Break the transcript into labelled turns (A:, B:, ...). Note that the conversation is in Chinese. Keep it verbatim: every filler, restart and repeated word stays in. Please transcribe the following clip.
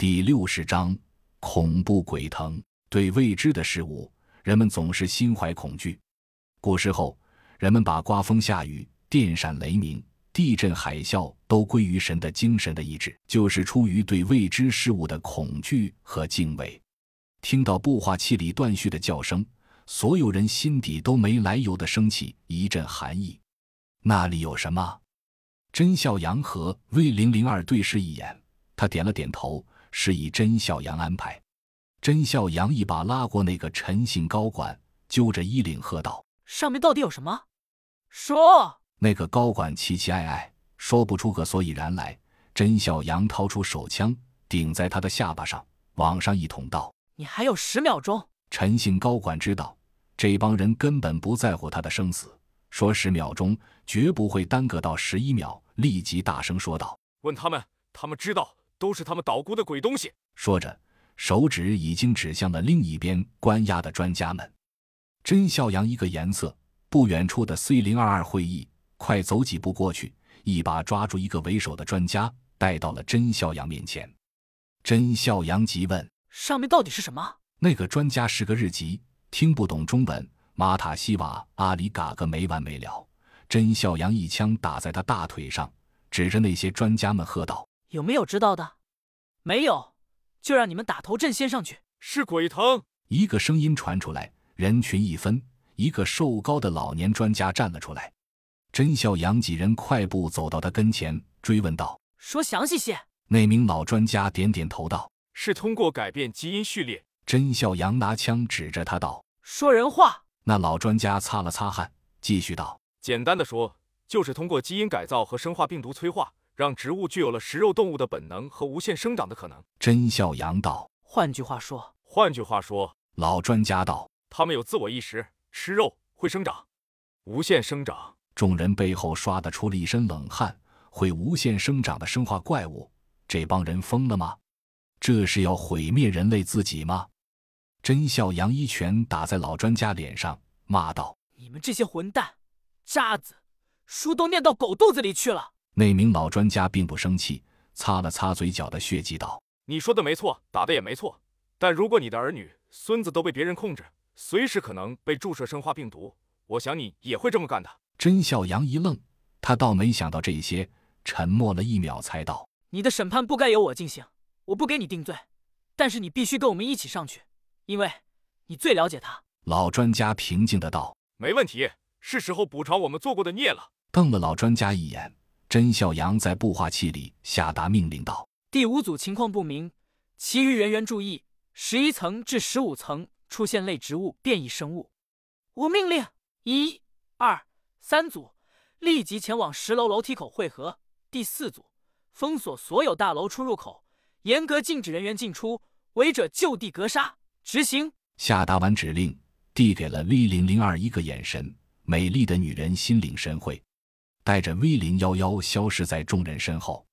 A: 第六十章恐怖鬼藤。对未知的事物，人们总是心怀恐惧。古时候，人们把刮风下雨、电闪雷鸣、地震海啸都归于神的精神的意志，就是出于对未知事物的恐惧和敬畏。听到步话器里断续的叫声，所有人心底都没来由地升起一阵寒意。那里有什么？甄孝阳和魏零零二对视一眼，他点了点头，示意甄孝阳安排。甄孝阳一把拉过那个陈姓高管，揪着衣领喝道：
B: 上面到底有什么？说！
A: 那个高管期期艾艾，说不出个所以然来。甄孝阳掏出手枪，顶在他的下巴上，往上一捅道：
B: 你还有十秒钟。
A: 陈姓高管知道这帮人根本不在乎他的生死，说十秒钟绝不会耽搁到十一秒，立即大声说道：
C: 问他们，他们知道，都是他们捣鼓的鬼东西。
A: 说着手指已经指向了另一边关押的专家们。甄孝阳一个颜色，不远处的 C 零二二 会议快走几步过去，一把抓住一个为首的专家，带到了甄孝阳面前。甄孝阳急问：
B: 上面到底是什么？
A: 那个专家是个日籍，听不懂中文，马塔西瓦阿里嘎个没完没了。甄孝阳一枪打在他大腿上，指着那些专家们喝道：
B: 有没有知道的？没有，就让你们打头阵先上去。
C: 是鬼藤！
A: 一个声音传出来，人群一分，一个瘦高的老年专家站了出来。甄孝阳几人快步走到他跟前，追问道：
B: 说详细些。
A: 那名老专家点点头道：
C: 是通过改变基因序列。
A: 甄孝阳拿枪指着他道：
B: 说人话。
A: 那老专家擦了擦汗，继续道：
C: 简单的说，就是通过基因改造和生化病毒催化，让植物具有了食肉动物的本能和无限生长的可能。
A: 甄孝阳道：
B: 换句话说，
C: 换句话说，
A: 老专家道：
C: 他们有自我意识，吃肉，会生长，无限生长。
A: 众人背后刷得出了一身冷汗。会无限生长的生化怪物，这帮人疯了吗？这是要毁灭人类自己吗？甄孝阳一拳打在老专家脸上，骂道：
B: 你们这些混蛋渣子，书都念到狗肚子里去了。
A: 那名老专家并不生气，擦了擦嘴角的血迹道：
C: 你说的没错，打的也没错，但如果你的儿女孙子都被别人控制，随时可能被注射生化病毒，我想你也会这么干的。
A: 甄孝阳一愣，他倒没想到这些，沉默了一秒才道：
B: 你的审判不该由我进行，我不给你定罪，但是你必须跟我们一起上去，因为你最了解他。
A: 老专家平静的道：
C: 没问题，是时候补偿我们做过的孽了。
A: 瞪了老专家一眼，甄孝阳在步话器里下达命令道：
B: 第五组情况不明，其余人员注意，十一层至十五层出现类植物变异生物。我命令一、二、三组立即前往十楼楼梯口汇合。第四组封锁所有大楼出入口，严格禁止人员进出，违者就地格杀。执行。
A: 下达完指令，递给了 V 零零二 一个眼神，美丽的女人心领神会，带着 V 零一一消失在众人身后。